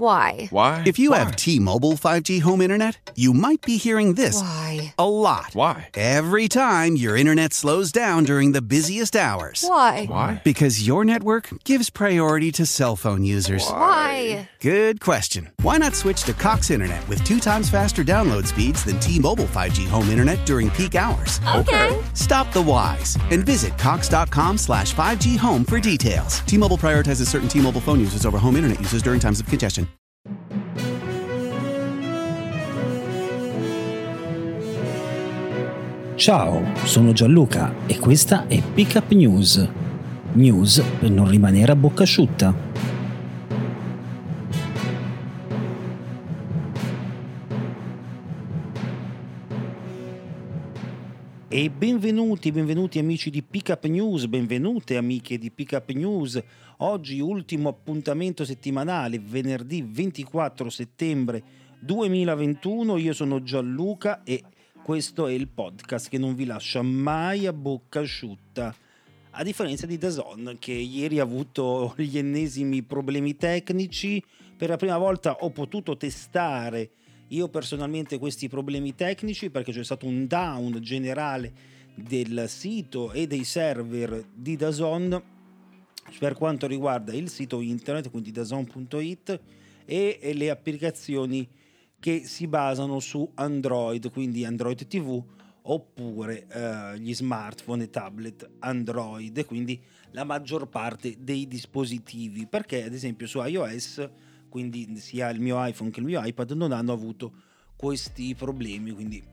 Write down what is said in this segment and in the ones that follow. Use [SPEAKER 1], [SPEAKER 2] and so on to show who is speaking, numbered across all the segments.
[SPEAKER 1] Why?
[SPEAKER 2] Why?
[SPEAKER 3] If you have T-Mobile 5G home internet, you might be hearing this
[SPEAKER 1] Why?
[SPEAKER 3] a lot.
[SPEAKER 2] Why?
[SPEAKER 3] Every time your internet slows down during the busiest hours.
[SPEAKER 1] Why?
[SPEAKER 2] Why?
[SPEAKER 3] Because your network gives priority to cell phone users.
[SPEAKER 1] Why?
[SPEAKER 3] Good question. Why not switch to Cox Internet with 2 times faster download speeds than T-Mobile 5G home internet during peak hours?
[SPEAKER 1] Okay.
[SPEAKER 3] Stop the whys and visit cox.com/5G home for details. T-Mobile prioritizes certain T-Mobile phone users over home internet users during times of congestion.
[SPEAKER 4] Ciao, sono Gianluca e questa è Pick Up News. News per non rimanere a bocca asciutta. E benvenuti amici di Pick Up News, benvenute amiche di Pick Up News. Oggi ultimo appuntamento settimanale, venerdì 24 settembre 2021. Io sono Gianluca e questo è il podcast che non vi lascia mai a bocca asciutta. A differenza di DAZN, che ieri ha avuto gli ennesimi problemi tecnici, per la prima volta ho potuto testare io personalmente questi problemi tecnici perché c'è stato un down generale del sito e dei server di DAZN per quanto riguarda il sito internet, quindi dazn.it, e le applicazioni che si basano su Android, quindi Android TV oppure gli smartphone e tablet Android, quindi la maggior parte dei dispositivi, perché ad esempio su iOS, quindi sia il mio iPhone che il mio iPad, non hanno avuto questi problemi, quindi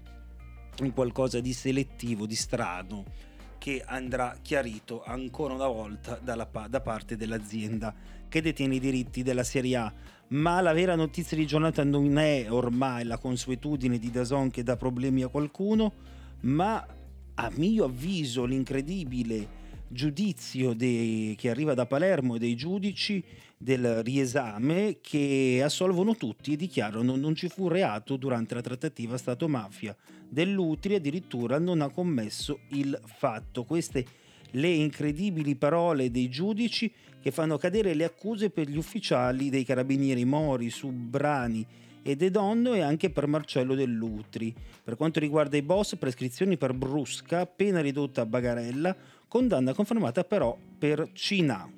[SPEAKER 4] un qualcosa di selettivo, di strano, che andrà chiarito ancora una volta da parte dell'azienda che detiene i diritti della Serie A. Ma la vera notizia di giornata non è ormai la consuetudine di DAZN che dà problemi a qualcuno, ma a mio avviso l'incredibile giudizio che arriva da Palermo e dei giudici del riesame che assolvono tutti e dichiarano non ci fu reato durante la trattativa Stato-mafia dell'Utri, addirittura non ha commesso il fatto. Queste le incredibili parole dei giudici che fanno cadere le accuse per gli ufficiali dei carabinieri Mori, Subbrani e De Donno e anche per Marcello Dell'Utri. Per quanto riguarda i boss, prescrizioni per Brusca, pena ridotta a Bagarella, condanna confermata però per Cina.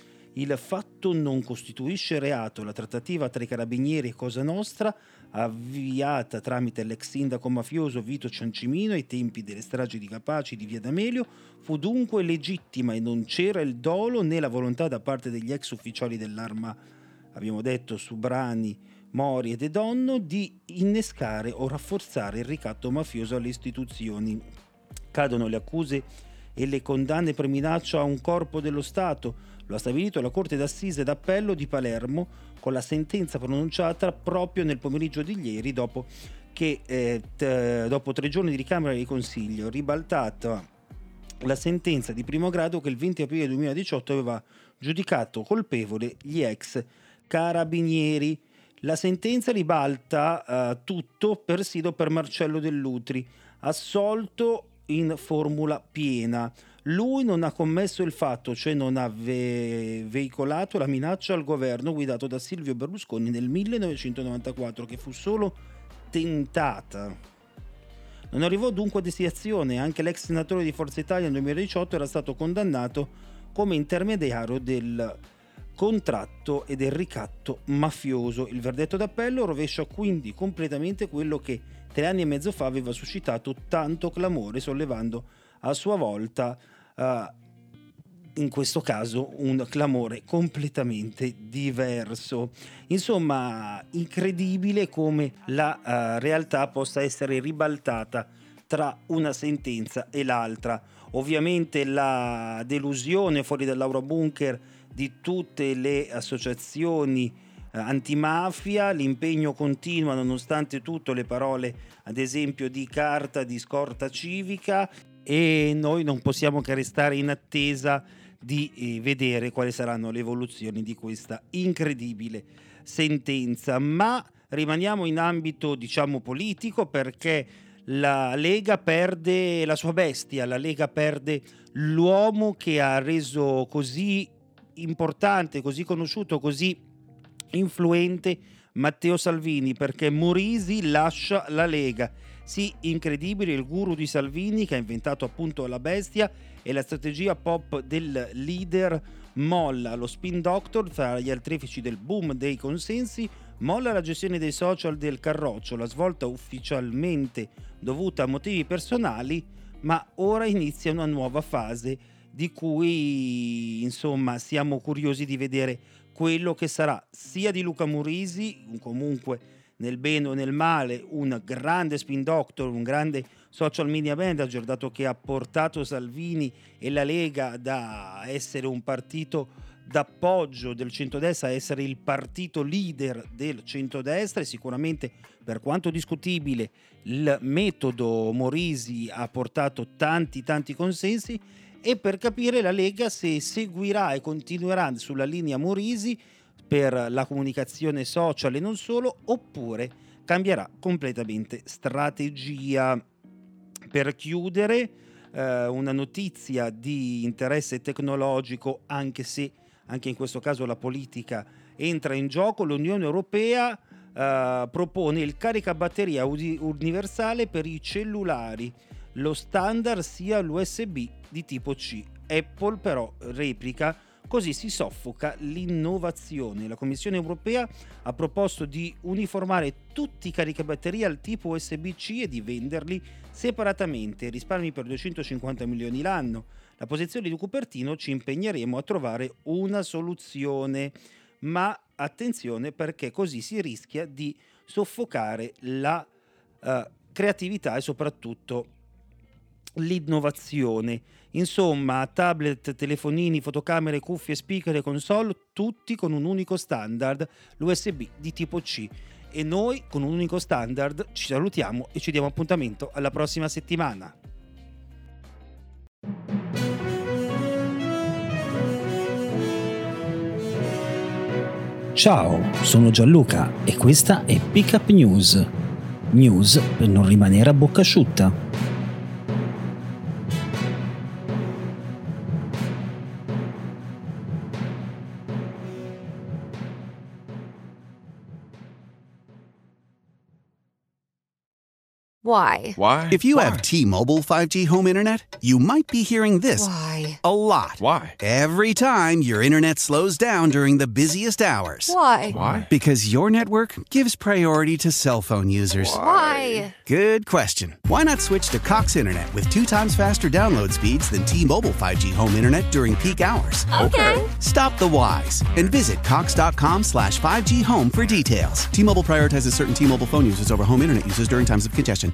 [SPEAKER 4] Il fatto non costituisce reato. La trattativa tra i carabinieri e Cosa Nostra, avviata tramite l'ex sindaco mafioso Vito Ciancimino ai tempi delle stragi di Capaci di Via D'Amelio, fu dunque legittima e non c'era il dolo né la volontà da parte degli ex ufficiali dell'Arma, abbiamo detto Subbrani, Mori e De Donno, di innescare o rafforzare il ricatto mafioso alle istituzioni. Cadono le accuse e le condanne per minaccia a un corpo dello Stato. Lo ha stabilito la Corte d'Assise d'Appello di Palermo con la sentenza pronunciata proprio nel pomeriggio di ieri, dopo 3 giorni di ricamera di consiglio, ribaltata la sentenza di primo grado che il 20 aprile 2018 aveva giudicato colpevole gli ex carabinieri. La sentenza ribalta tutto, persino per Marcello Dell'Utri, assolto in formula piena. Lui non ha commesso il fatto, cioè non ha veicolato la minaccia al governo guidato da Silvio Berlusconi nel 1994, che fu solo tentata. Non arrivò dunque a destinazione. Anche l'ex senatore di Forza Italia nel 2018 era stato condannato come intermediario del contratto e del ricatto mafioso. Il verdetto d'appello rovescia quindi completamente quello che 3 anni e mezzo fa aveva suscitato tanto clamore, sollevando a sua volta in questo caso un clamore completamente diverso. Insomma, incredibile come la realtà possa essere ribaltata tra una sentenza e l'altra. Ovviamente la delusione fuori dall'Aura Bunker di tutte le associazioni antimafia, l'impegno continua nonostante tutto, le parole ad esempio di Carta, di Scorta Civica, e noi non possiamo che restare in attesa di vedere quali saranno le evoluzioni di questa incredibile sentenza. Ma rimaniamo in ambito, diciamo, politico, perché la Lega perde la sua bestia, la Lega perde l'uomo che ha reso così importante, così conosciuto, così influente Matteo Salvini perché Morisi lascia la Lega. Sì, incredibile, il guru di Salvini che ha inventato appunto la bestia e la strategia pop del leader molla. Lo spin doctor tra gli artefici del boom dei consensi, molla la gestione dei social del Carroccio, la svolta ufficialmente dovuta a motivi personali, ma ora inizia una nuova fase di cui insomma siamo curiosi di vedere quello che sarà, sia di Luca Morisi, comunque nel bene o nel male un grande spin doctor, un grande social media manager, dato che ha portato Salvini e la Lega da essere un partito d'appoggio del centrodestra a essere il partito leader del centrodestra. E sicuramente, per quanto discutibile, il metodo Morisi ha portato tanti consensi, e per capire la Lega se seguirà e continuerà sulla linea Morisi per la comunicazione social e non solo, oppure cambierà completamente strategia. Per chiudere, una notizia di interesse tecnologico, anche se anche in questo caso la politica entra in gioco. L'Unione Europea propone il caricabatteria universale per i cellulari. Lo standard sia l'USB di tipo C. Apple però replica, così si soffoca l'innovazione. La Commissione Europea ha proposto di uniformare tutti i caricabatteria al tipo USB-C e di venderli separatamente, risparmi per 250 milioni l'anno. La posizione di Cupertino: ci impegneremo a trovare una soluzione, ma attenzione, perché così si rischia di soffocare la creatività e soprattutto l'innovazione. Insomma, tablet, telefonini, fotocamere, cuffie, speaker e console, tutti con un unico standard, l'USB di tipo C. E noi con un unico standard ci salutiamo e ci diamo appuntamento alla prossima settimana.
[SPEAKER 1] Ciao, sono Gianluca e questa è Pick Up News. News per non rimanere a bocca asciutta.
[SPEAKER 2] Why?
[SPEAKER 3] If you have T-Mobile 5G home internet, you might be hearing this
[SPEAKER 2] Why?
[SPEAKER 3] a lot.
[SPEAKER 5] Why?
[SPEAKER 3] Every time your internet slows down during the busiest hours.
[SPEAKER 2] Why?
[SPEAKER 3] Because your network gives priority to cell phone users.
[SPEAKER 2] Why?
[SPEAKER 3] Good question. Why not switch to Cox Internet with 2 times faster download speeds than T-Mobile 5G home internet during peak hours?
[SPEAKER 2] Okay.
[SPEAKER 3] Stop the whys and visit Cox.com/5G home for details. T-Mobile prioritizes certain T-Mobile phone users over home internet users during times of congestion.